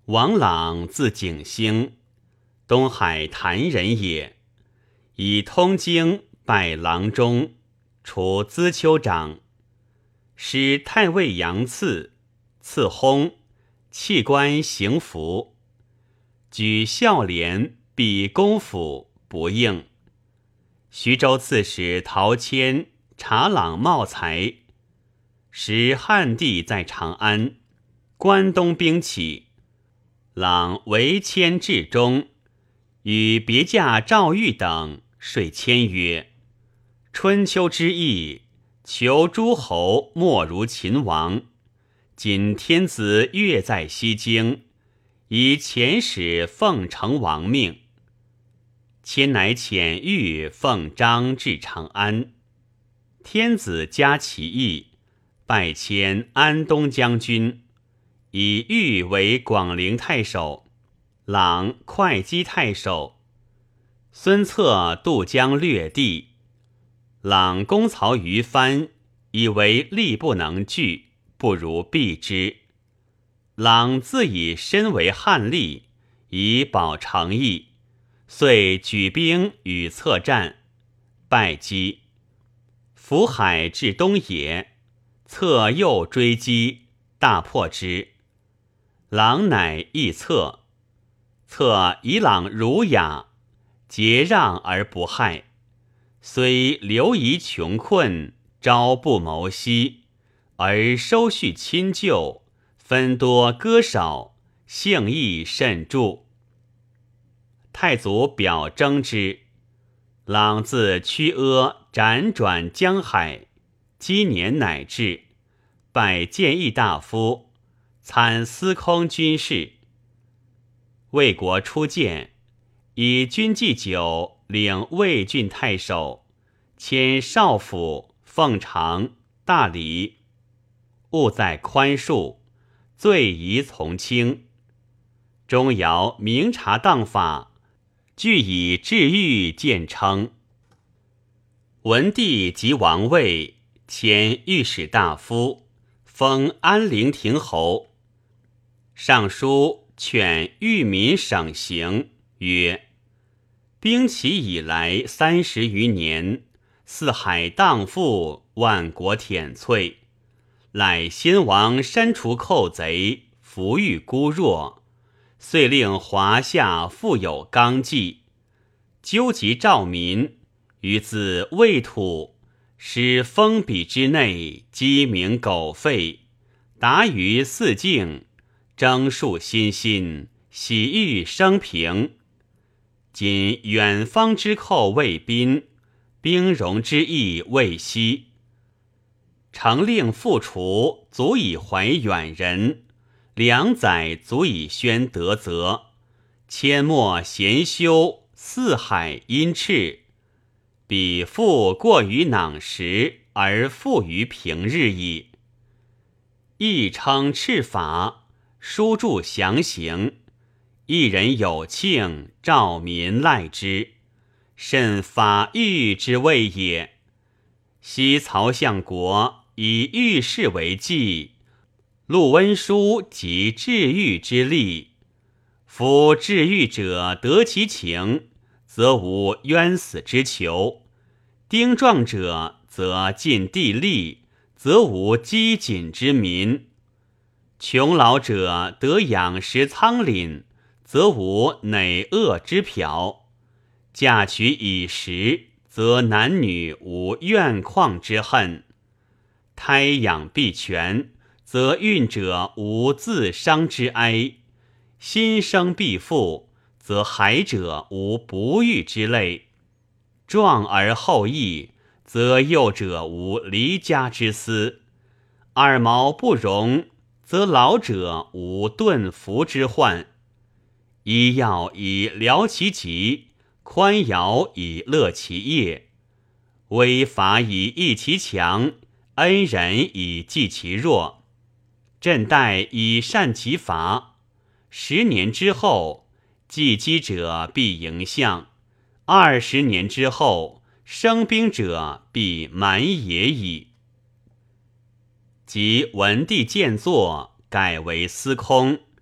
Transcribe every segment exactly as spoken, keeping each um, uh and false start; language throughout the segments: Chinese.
王朗字景兴，东海谭人也。以通经拜郎中，除资丘长，使太尉杨赐，赐薨，弃官行服。举孝廉避公府，不应。徐州刺史陶谦察朗茂才，时汉帝在长安，关东兵起，朗为谦至中，与别驾赵玉等说谦曰：春秋之义，求诸侯莫如秦王。今天子越在西京，以遣使奉承王命。谦乃遣玉奉章至长安，天子加其意，拜迁安东将军，以玉为广陵太守，朗会稽太守。孙策渡江略地，朗攻曹于藩，以为力不能拒，不如避之。朗自以身为汉吏，以保诚意，遂举兵与策战，败击。浮海至东野，策又追击，大破之。朗乃易策，策以朗儒雅，节让而不害，虽流夷穷困，朝不谋夕，而收恤亲旧，分多割少，性亦甚著。太祖表征之，朗自曲阿辗转江海，积年乃至，拜谏议大夫，参司空军事。魏国初建，以军祭酒领魏郡太守，迁少府、奉常、大理，务在宽恕，罪宜从轻。钟繇明察当法，俱以治狱见称。文帝即王位，迁御史大夫，封安陵亭侯。上书劝御民省刑，曰：兵起以来三十余年，四海荡妇，万国舔瘁，赖先王删除寇贼，抚育孤弱，遂令华夏富有纲纪，纠集兆民，于自魏土，使封笔之内鸡鸣狗吠，达于四境，征戍欣欣，喜欲生平。今远方之寇未宾，兵戎之役未息，诚令复除，足以怀远人，两载足以宣德泽，阡陌咸修，四海阴赤。彼复过于囊时，而富于平日矣。亦称敕法，书著详行，一人有庆，兆民赖之，甚法御之谓也。昔曹相国以御史为计，录温书及治狱之例。夫治狱者得其情，则无冤死之求；丁壮者则尽地利，则无饥馑之民；穷老者得养食仓廪，则无馁恶之瓢；嫁娶以时，则男女无怨旷之恨；胎养必全，则孕者无自伤之哀；心生必富，则孩者无不育之类；壮而后益，则幼者无离家之思；二毛不容，则老者无顿服之患。医药以疗其疾，宽徭以乐其业，威法以抑其强，恩人以济其弱，朕待以善其法。十年之后，继击者必迎相；二十年之后，生兵者必满也矣。及文帝建作，改为司空，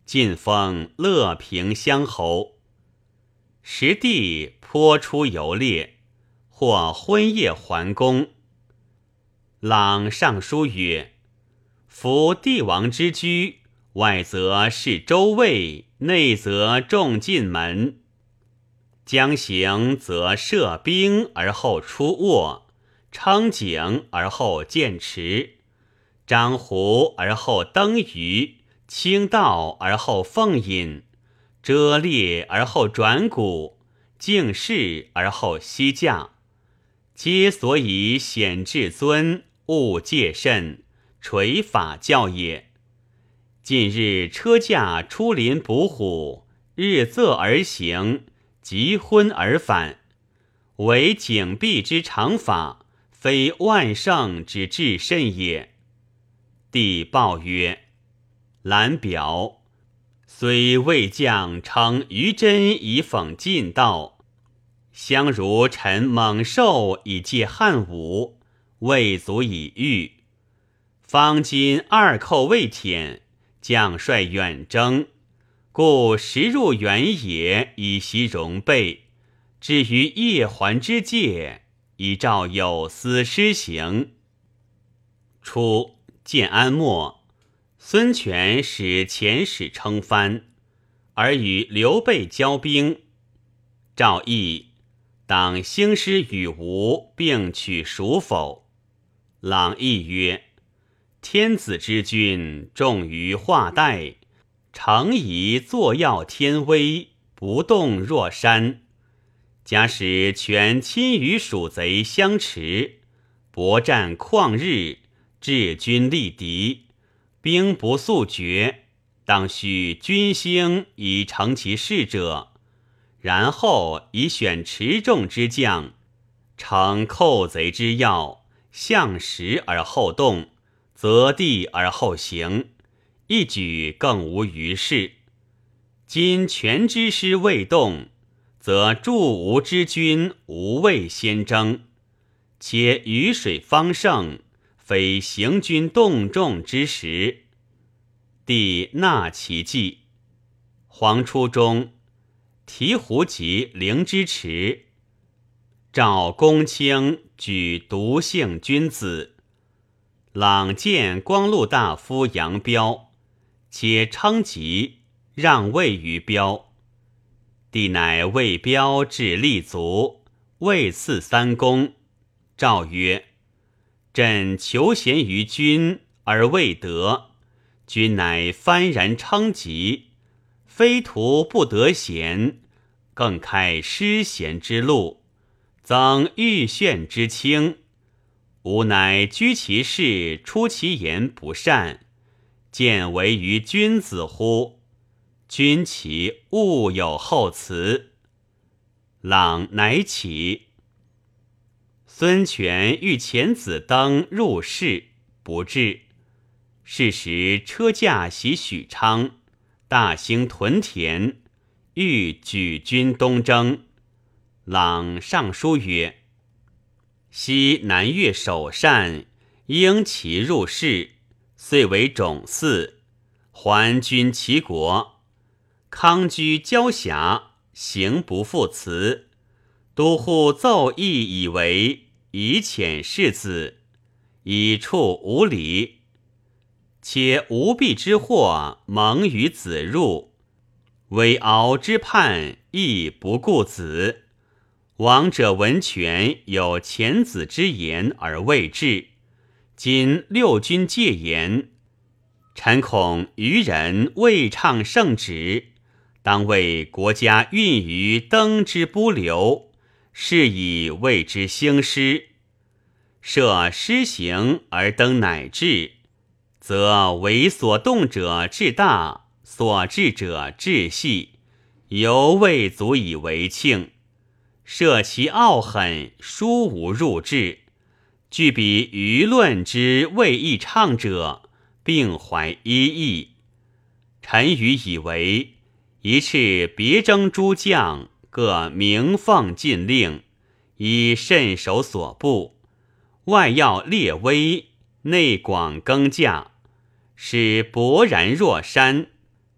晋封乐平乡侯。时帝颇出游猎，或昏夜还宫。朗上书曰：夫帝王之居，外则是周卫，内则重进门。将行则设兵而后出卧，称景而后建池，张壶而后登鱼，清道而后奉饮，遮猎而后转谷，敬事而后息驾，皆所以显至尊，务戒慎，垂法教也。近日车驾出林捕虎，日仄而行，即昏而返，为景蔽之常法，非万圣之至甚也。帝报曰：览表，虽魏将称于真以讽晋道，相如陈猛兽以戒汉武，未足以御。方今二寇未舔，将率远征，故时入原野以习容备，至于夜还之戒，以照有司施行。初，建安末，孙权使遣使称藩，而与刘备交兵。赵议当兴师与吴，并取蜀否？朗议曰：天子之君，重于化代，诚以作要天威，不动若山。假使权亲与蜀贼相持，搏战旷日，治军力敌，兵不速决，当须军兴以成其事者，然后以选持重之将，成寇贼之要，向时而后动，择地而后行，一举更无余事。今权之师未动，则助吴之军无畏先征，且雨水方盛，非行军动众之时。帝纳其计。黄初中，提壶及灵芝池，赵公卿举独姓君子。朗见光禄大夫杨彪，且称疾，让位于彪。帝乃为彪至立足，位赐三公。诏曰：朕求贤于君而未得，君乃幡然称疾，非徒不得贤，更开失贤之路，增欲炫之轻。吾乃居其事，出其言不善，见为于君子乎？君其勿有厚辞。朗乃起。孙权欲遣子登入室，不至。是时车驾袭许昌，大兴屯田，欲举军东征。朗上书曰：昔南越首善，应其入室，遂为种嗣，还君其国。康居交峡，行不复辞。都护奏议以为以遣世子，以处无礼。且无弊之祸蒙于子入，为敖之叛亦不顾子。王者闻权有遣子之言而未至，今六军戒严，臣恐愚人未倡圣旨，当为国家运于登之不留，是以谓之兴师。设施行而登乃至，则为所动者至大，所至者至细，犹未足以为庆。设其傲狠，殊无入智，具比舆论之未易畅者，并怀一义。臣愚以为，一斥别征诸将，各鸣奉禁令，以慎守所部，外要列威，内广更驾，使勃然若山。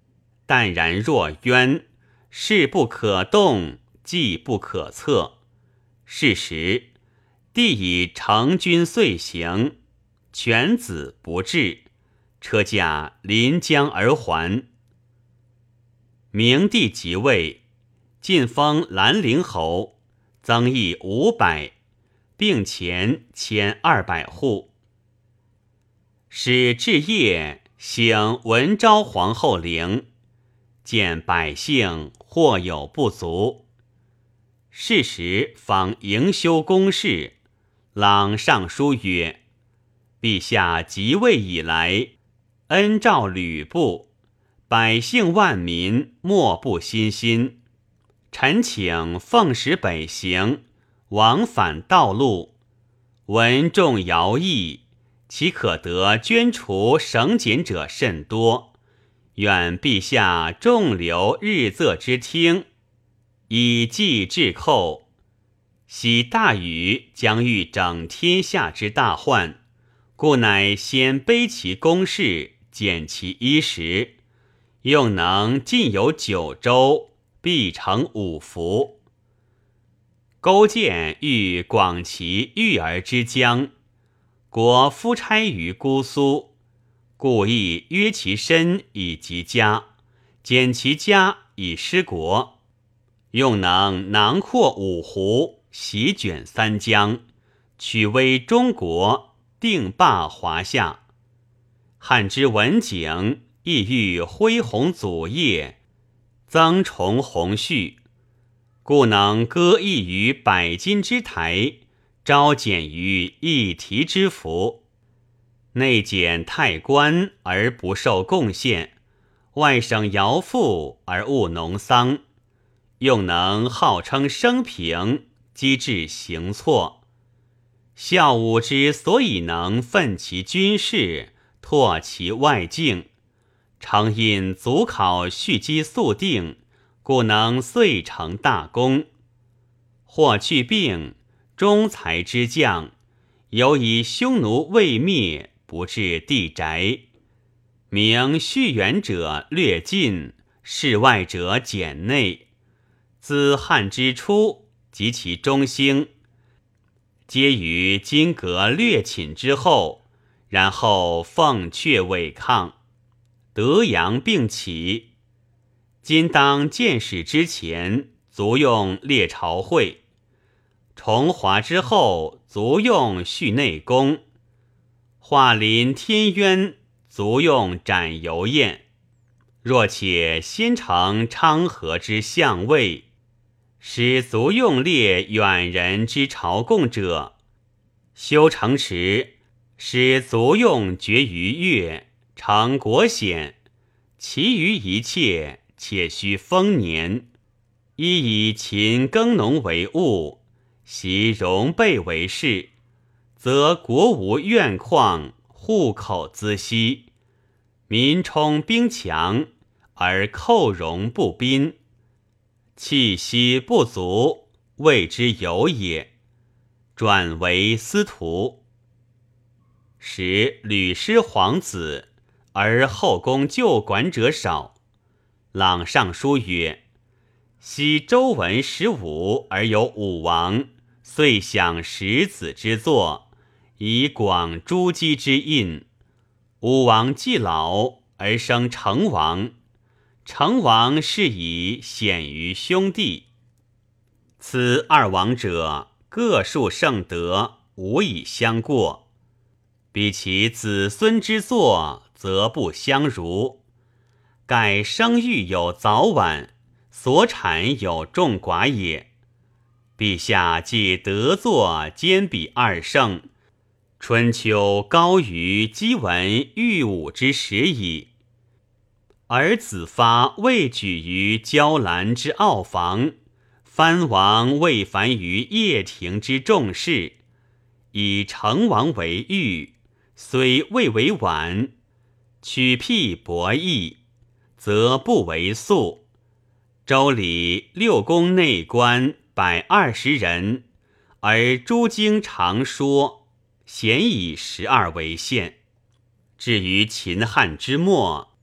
淡然若渊，势不可动，计不可测。是时，帝以成军遂行，犬子不至，车驾临江而还。明帝即位，晋封兰陵侯，增邑五百，并前千二百户。使至夜，省文昭皇后陵，见百姓或有不足。是时方营修宫事，朗上书曰：陛下即位以来，恩照吕布，百姓万民莫不欣欣。臣请奉使北行，往返道路，闻众徭役，其可得捐除省检者甚多，愿陛下众留日仄之听，以济治寇。昔大禹将欲整天下之大患，故乃先卑其宫事，减其衣食，用能尽有九州，必成五福。勾践欲广其育儿之疆，国夫差于姑苏，故意约其身以及家，减其家以失国，用能囊括五湖，席卷三江，取威中国，定霸华夏。汉之文景亦欲恢弘祖业，增崇弘序，故能歌邑于百金之台，招简于一提之服。内减太官而不受贡献，外省徭赋而务农桑，用能号称生平，机智行错。孝武之所以能奋其军事，拓其外境，常因祖考蓄积速定，故能遂成大功。或去病，中才之将，犹以匈奴未灭，不至地宅。明续远者略尽，事外者简内。自汉之初，及其中兴，皆于金革略寝之后，然后奉阙违抗，德阳并起。今当建始之前，卒用列朝会；崇华之后，卒用续内宫；化临天渊，卒用斩游宴。若且先成昌河之相位，使卒用列远人之朝贡者，修城池，使卒用绝于越，成国显，其余一切，且须丰年。一以勤耕农为务，习戎备为事，则国无怨旷，户口滋息，民充兵强，而寇戎不宾，气息不足，谓之有也。转为司徒。使屡失皇子，而后宫旧管者少。朗上书曰：昔周文十五而有武王，遂享十子之作，以广诸姬之印。武王既老，而生成王，成王是以显于兄弟。此二王者，各述圣德，无以相过。比其子孙之作，则不相如。盖生育有早晚，所产有众寡也。陛下既得作兼比二圣，春秋高于姬文御武之时矣。而子发未举于娇兰之傲房，藩王未凡于掖庭之重事，以成王为御，虽未为晚，取辟博弈，则不为素。周礼六宫内官百二十人，而诸经常说，咸以十二为限。至于秦汉之末，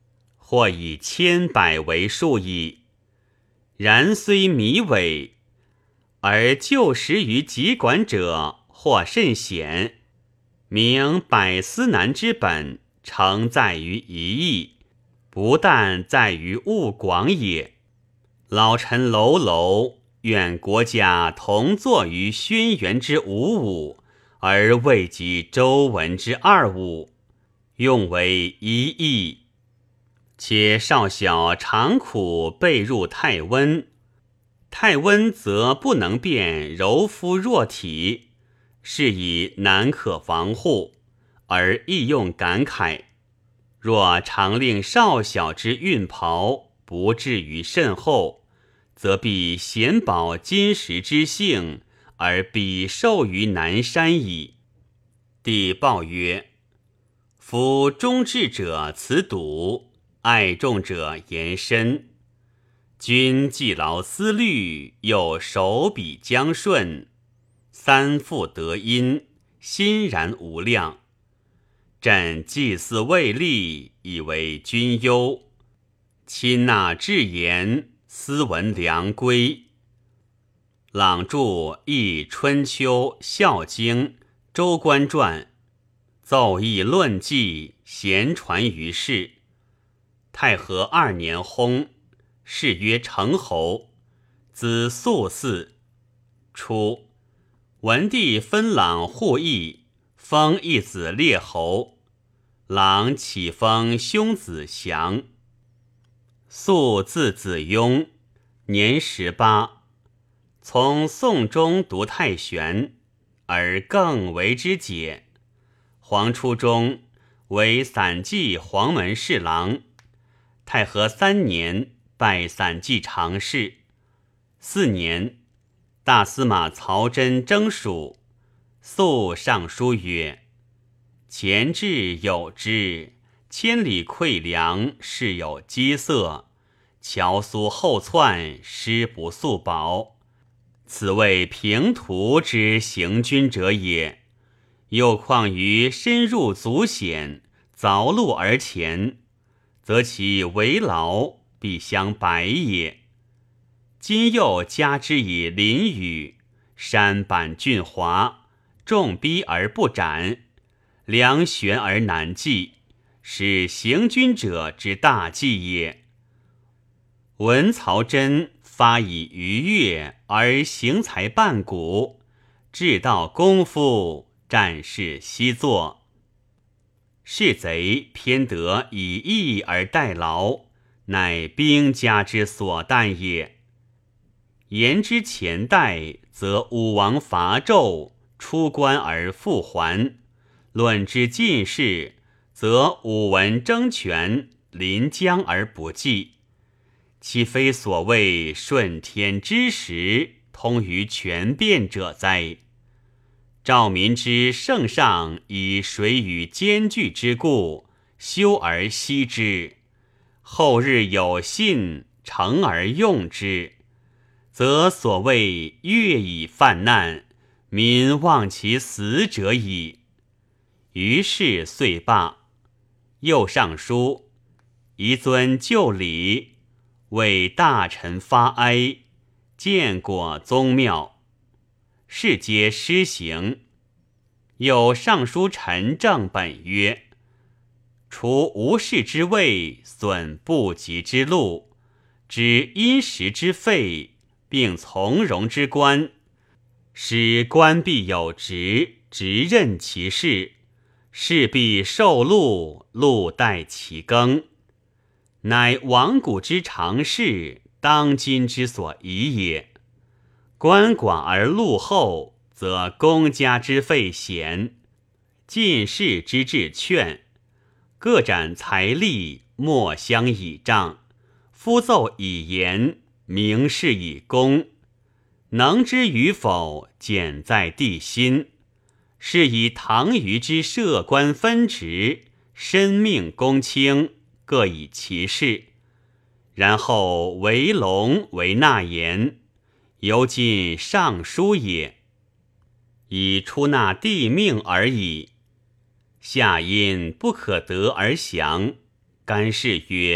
或以千百为数矣。然虽靡伪，而就实于疾管者，或甚险。明百思难之本，诚在于一义，不但在于物广也。老臣楼楼愿国家同坐于轩辕之五五，而未及周文之二五，用为一义。且少小常苦备入太温，太温则不能辨柔肤弱体，是以难可防护，而亦用感慨。若常令少小之运袍，不至于甚厚，则必显保金石之性，而彼受于南山矣。帝报曰：夫忠志者辞笃，爱重者言深。君既劳思虑，又手笔将顺，三复得因，欣然无量。朕祭祀未立，以为君忧。亲纳至言，斯闻良规。朗著《忆春秋》《孝经》《周官传》，奏议论记，咸传于世。太和二年薨，谥曰成侯，子肃嗣。初，文帝分朗护义，封一子列侯，朗启封兄子祥。肃字子雍，年十八，从宋中读太玄，而更为之解。黄初中，为散骑黄门侍郎。太和三年，拜散骑常侍。四年，大司马曹真征蜀，肃上书曰：前志有之，千里馈粮，事有饥色，乔苏后窜，师不速保，此谓平途之行军者也。又况于深入足险，凿路而前，则其为劳，必相百也。今又加之以淋雨，山坂峻滑，重逼而不斩，粮悬而难济，是行军者之大忌也。闻曹真发以逾越，而行才半古，至道功夫，战事悉作。是贼偏得以义而代劳，乃兵家之所惮也。言之前代，则武王伐纣，出关而复还；论之近世，则武文争权，临江而不济。岂非所谓顺天之时，通于权变者哉？赵民之圣上以水与兼具之故，修而息之，后日有信，成而用之，则所谓乐以犯难，民忘其死者矣。于是遂罢。又上书，宜遵旧礼，为大臣发哀，建果宗庙，是皆施行。有上书陈正本曰：除无事之位，损不及之禄，知因时之费，并从容之官，使官必有职，职任其事，事必受禄，禄待其耕，乃往古之常事，当今之所宜也。官寡而禄厚，则公家之费贤，进士之志劝，各展财力，莫相倚仗，夫奏以言，明示以公，能之与否，简在地心。是以唐虞之设官分职，申命公卿，各以其事，然后为龙为纳言，由今尚书也，以出纳帝命而已。下因不可得而降，干事曰：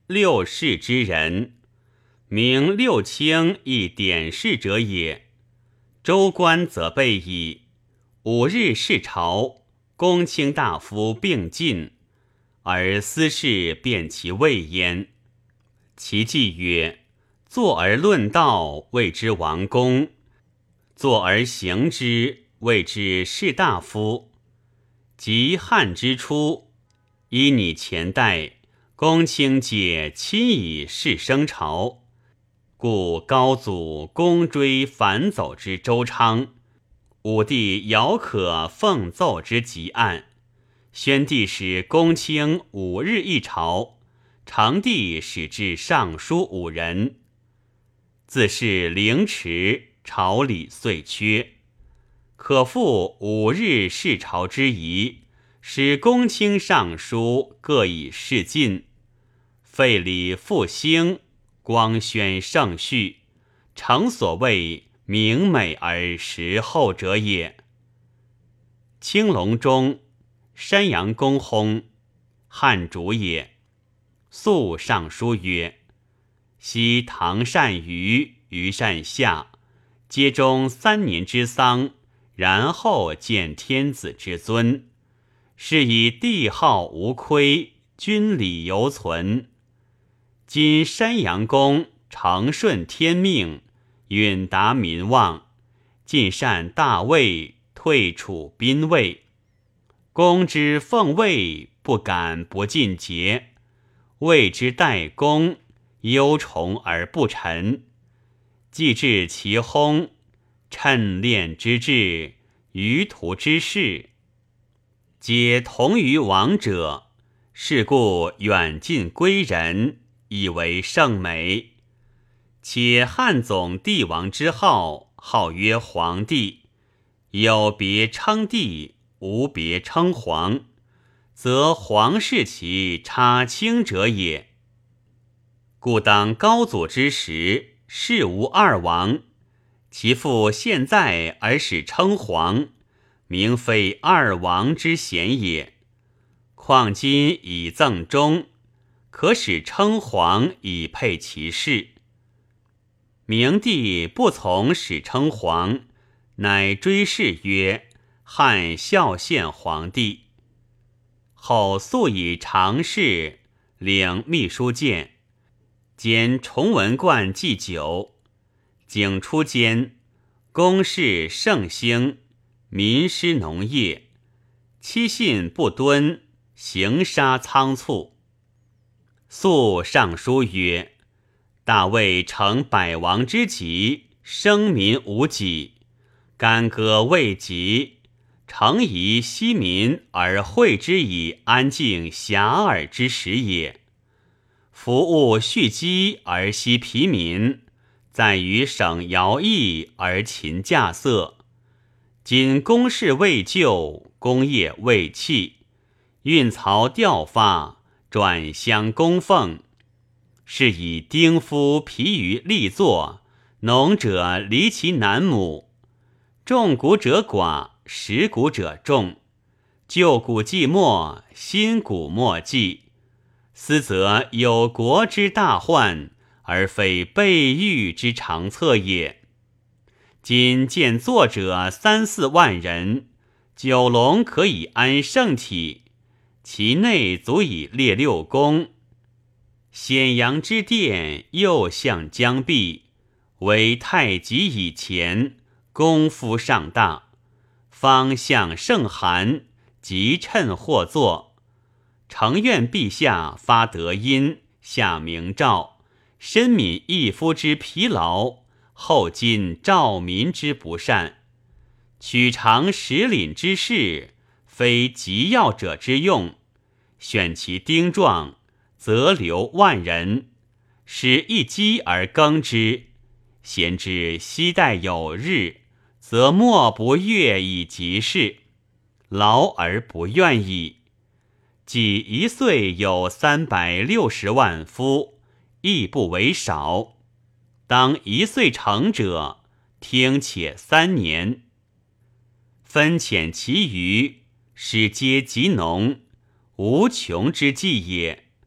六世之人，名六卿亦典士者也。州官则备矣。五日视朝，公卿大夫并进，而司事辨其位焉。其记曰：坐而论道，谓之王公；坐而行之，谓之士大夫。及汉之初，依拟前代，公卿皆亲以事升朝，故高祖公追反走之周昌，武帝遥可奉奏之极案，宣帝使公卿五日一朝，成帝使至尚书五人。自是凌迟，朝礼遂缺。可复五日视朝之仪，使公卿尚书各以事尽，废礼复兴，光宣圣序，诚所谓明美而实厚者也。青龙中，山阳公薨，汉主也。肃上书曰：昔唐善虞、虞善夏，皆终三年之丧，然后见天子之尊，是以帝号无亏，君礼犹存。今山阳公承顺天命，允达民望，尽善大位，退处宾位。公之奉位，不敢不尽节；位之待公，忧崇而不臣。既至其薨，趁练之志，余途之事，皆同于王者，是故远近归仁，以为圣美。且汉总帝王之号，号曰皇帝，有别称帝，无别称皇，则皇是其差卿者也。故当高祖之时，世无二王，其父现在而使称皇，名非二王之嫌也。况今以赠终，可使称皇以配其事。明帝不从使称皇，乃追谥曰汉孝献皇帝。后素以常侍，领秘书监，兼崇文观祭酒。景初间，公事盛兴，民施农业，期信不敦，行杀仓促。肃上书曰：大魏成百王之极，生民无己，干戈未及，诚宜息民而惠之以安静遐迩之时也。服务蓄积而息疲民，在于省徭役而勤稼穑。今公事未就，功业未弃，运曹调发，转乡供奉，是以丁夫疲于力作，农者离其男母，种谷者寡，食谷者众，旧谷既没，新谷莫继。斯则有国之大患，而非备御之长策也。今见作者三四万人，九龙可以安圣体，其内足以列六宫。显阳之殿右向江壁，为太极以前，功夫尚大，方向盛寒，即趁或作。诚愿陛下发德音，下明诏，深悯一夫之疲劳，后今兆民之不善，取长实领之事，非急要者之用，选其丁壮，则留万人，使一饥而耕之。贤之昔待有日，则莫不悦以及事，劳而不愿矣。即一岁有三百六十万夫，亦不为少。当一岁成者，听且三年。分遣其余，使皆极农，无穷之计也。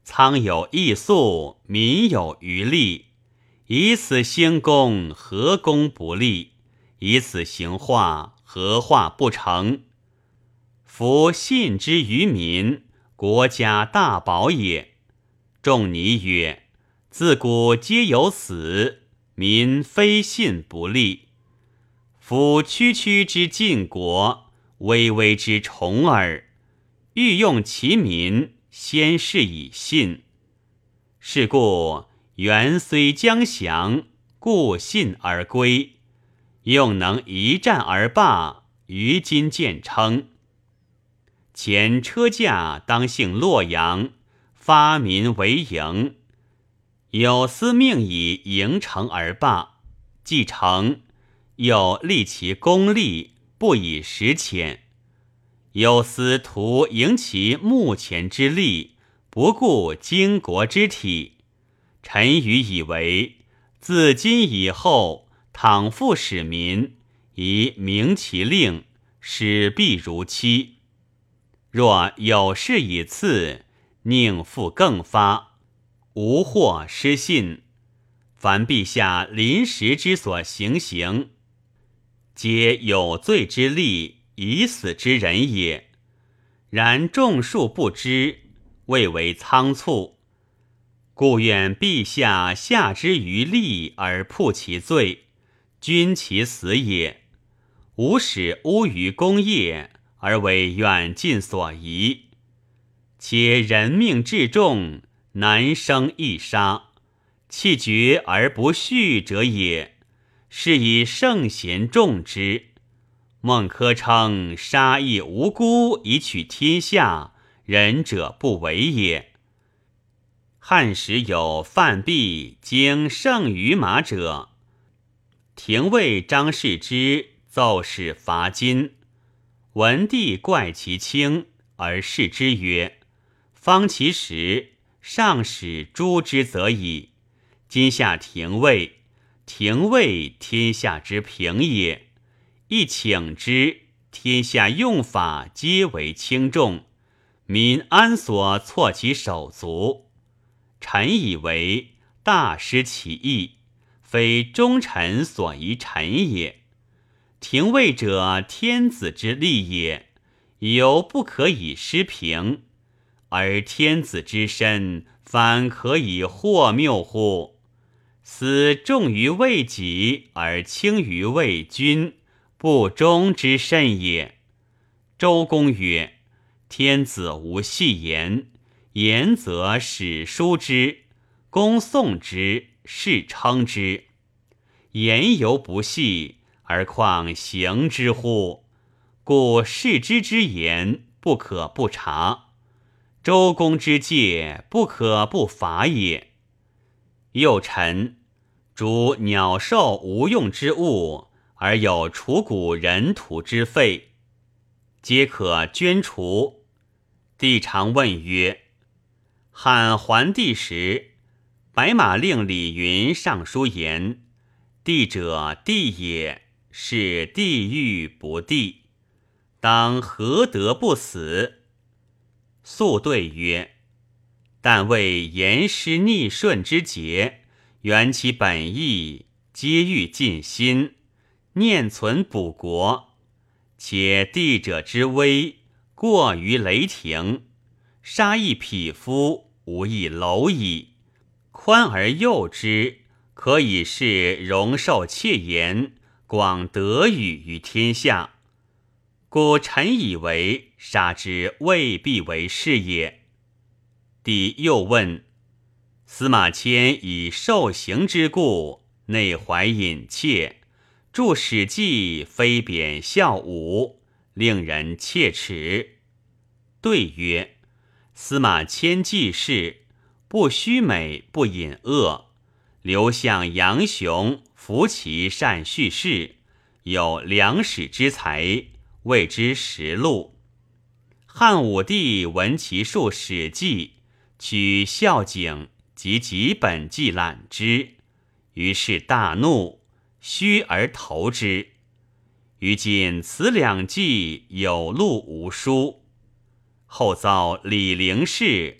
苍有异粟，民有余力。以此兴功，何功不立？以此行化，何化不成？夫信之于民，国家大宝也。仲尼曰：自古皆有此，民非信不立。夫区区之晋国，巍巍之重耳。欲用其民，先是以信。是故元虽将降，故信而归。用能一战而罢，于今见称。前车驾当幸洛阳，发民为营。有司命以营城而罢，既成，又立其功利，不以实遣。有司图营其目前之利，不顾经国之体。臣愚以为，自今以后，倘复使民，宜明其令，使必如期。若有事以次，宁复更发，无或失信。凡陛下临时之所行刑，皆有罪之吏，已死之人也。然众数不知，未为仓促。故愿陛下下之于吏而铺其罪，均其死也。无使污于功业，而为远近所宜。且人命至重，难生易杀，弃绝而不恤者也。是以圣贤重之。孟轲称杀亦无辜以取天下，仁者不为也。汉时有范蠡经胜于马者，廷尉张士之奏使罚金。文帝怪其轻，而视之曰：方其时，上使诛之则已。今下廷尉，廷尉天下之平也。一请之，天下用法皆为轻重，民安所挫其手足？臣以为大失其意，非忠臣所宜臣也。廷尉者，天子之利也，犹不可以失平，而天子之身，反可以惑谬乎？斯重于为己，而轻于为君，不忠之甚也。周公曰：天子无戏言，言则史书之，公颂之，世称之。言犹不戏，而况行之乎？故世之之言，不可不察；周公之戒，不可不罚也。又臣逐鸟兽无用之物，而有除骨人土之废，皆可捐除。帝常问曰：汉桓帝时，白马令李云上书言：帝者，帝也，是地狱不帝，当何得不死？肃对曰：但为言师逆顺之节，原其本意，皆欲尽心，念存补国。且帝者之威，过于雷霆，杀一匹夫，无亦蝼蚁。宽而诱之，可以示容寿窃言，广德语于天下。故臣以为杀之未必为是也。帝又问：司马迁以受刑之故，内怀隐切，著《史记》非贬效武，令人切齿。对曰：司马迁记事，不虚美，不隐恶。刘向、杨雄服其善叙事，有良史之才，谓之实录。汉武帝闻其述《史记》，取孝景及几本纪览之，于是大怒，虚而投之。于今此两纪有录无书。后遭李陵事，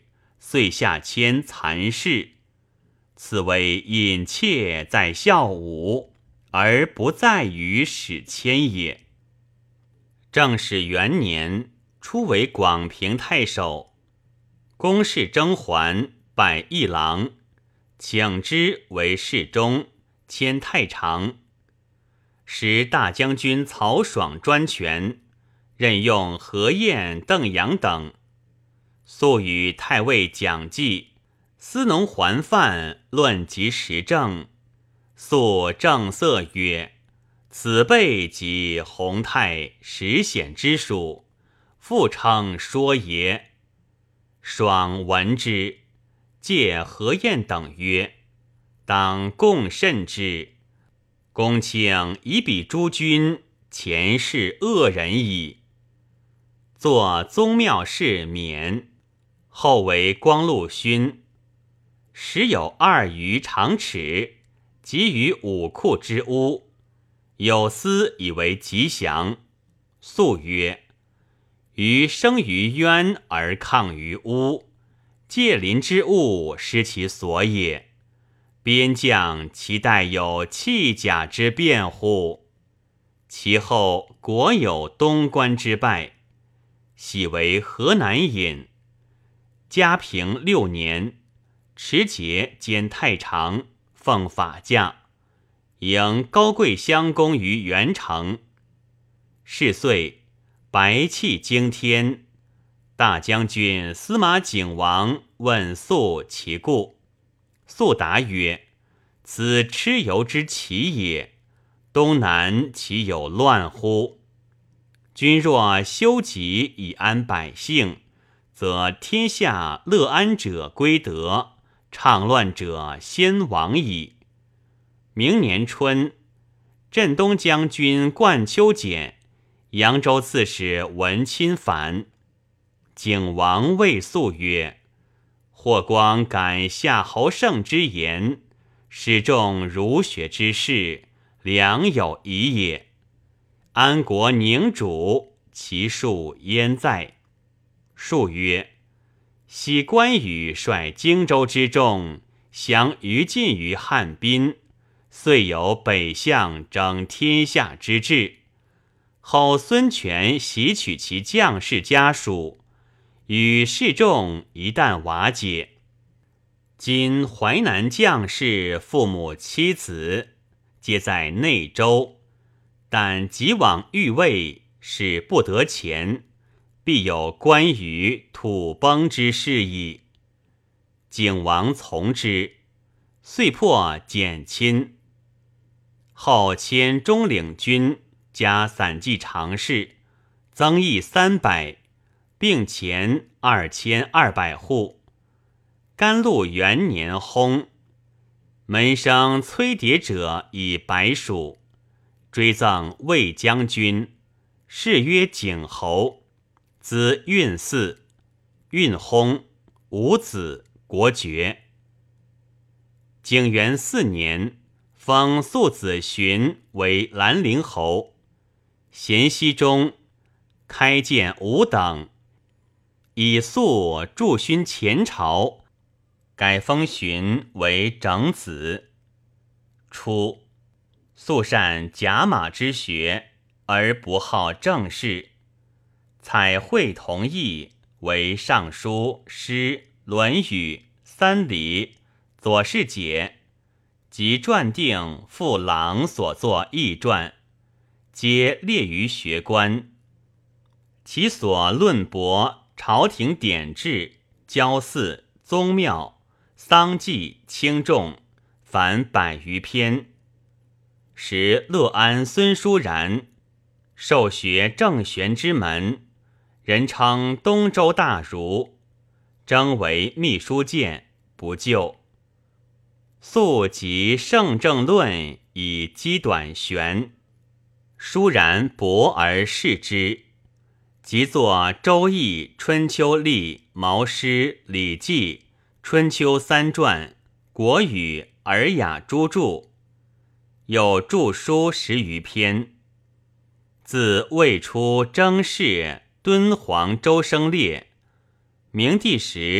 遂下迁蚕室。此为隐妾在孝武，而不在于使迁也。正始元年，初为广平太守，公事征还，拜议郎，请之为侍中，迁太常。时大将军曹爽专权，任用何晏、邓阳等。素与太尉蒋济、司农桓范论及时政。素正色曰：此辈即弘泰实显之属，复称说也。爽闻之，借何晏等曰：当共慎之，公卿以彼诸君，前世恶人矣。作宗庙事免，后为光禄勋。时有二余长尺，及于武库之屋，有司以为吉祥。素曰：余生于渊而抗于乌，界邻之物失其所也。边将其待有弃甲之变乎？其后国有东关之败，喜为河南尹。嘉平六年，持节兼太常，奉法驾，迎高贵乡公于元城。是岁，白气惊天。大将军司马景王问素其故，素答曰：此蚩尤之奇也，东南岂有乱乎？君若修己以安百姓，则天下乐安者归德，倡乱者先亡矣。明年春，镇东将军冠丘简、扬州刺史文钦反。景王谓素曰：霍光感夏侯胜之言，使众儒学之士，良有疑也。安国宁主，其数焉在？述曰：昔关羽率荆州之众，降于禁于汉滨，遂有北向争天下之志。后孙权袭取其将士家属，与士众一旦瓦解。今淮南将士父母妻子，皆在内州，但即往御魏，使不得前，必有关羽土崩之势矣。景王从之，遂破简亲。后迁中领军，加散骑常侍，增邑三百，并前二千二百户。甘露元年薨，门生崔牒者以白属，追赠魏将军，谥曰景侯，子运嗣。运薨，无子，国绝。景元四年，封肃子荀为兰陵侯。咸熙中，开建五等，以肃助勋前朝，改封荀为整子。初，肃善甲马之学，而不好政事，采会同义，为尚书、诗、论语、三礼、左氏解，及撰定父郎所作异传，皆列于学官。其所论驳朝廷典制、郊祀、宗庙、丧祭、轻重，凡百余篇。时乐安孙叔然受学郑玄之门，人称东周大儒，征为秘书监，不就。素及圣正论以积短玄，殊然博而视之，即作周易、春秋历、毛诗、礼记、春秋三传、国语、尔雅诸著，有著书十余篇。自魏初征士敦煌周生烈，明帝时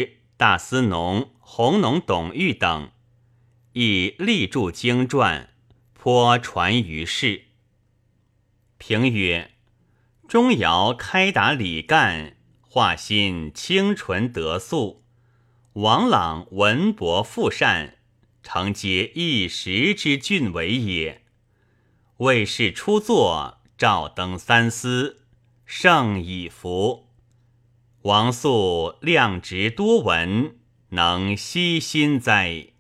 大司农弘农董玉等，亦力著经传，颇传于世。评曰：钟繇开达理干，画心清纯德素；王朗文博富善，诚皆一时之俊伟也。魏氏初作，照登三司，圣以服。王肃量直多闻，能悉心哉！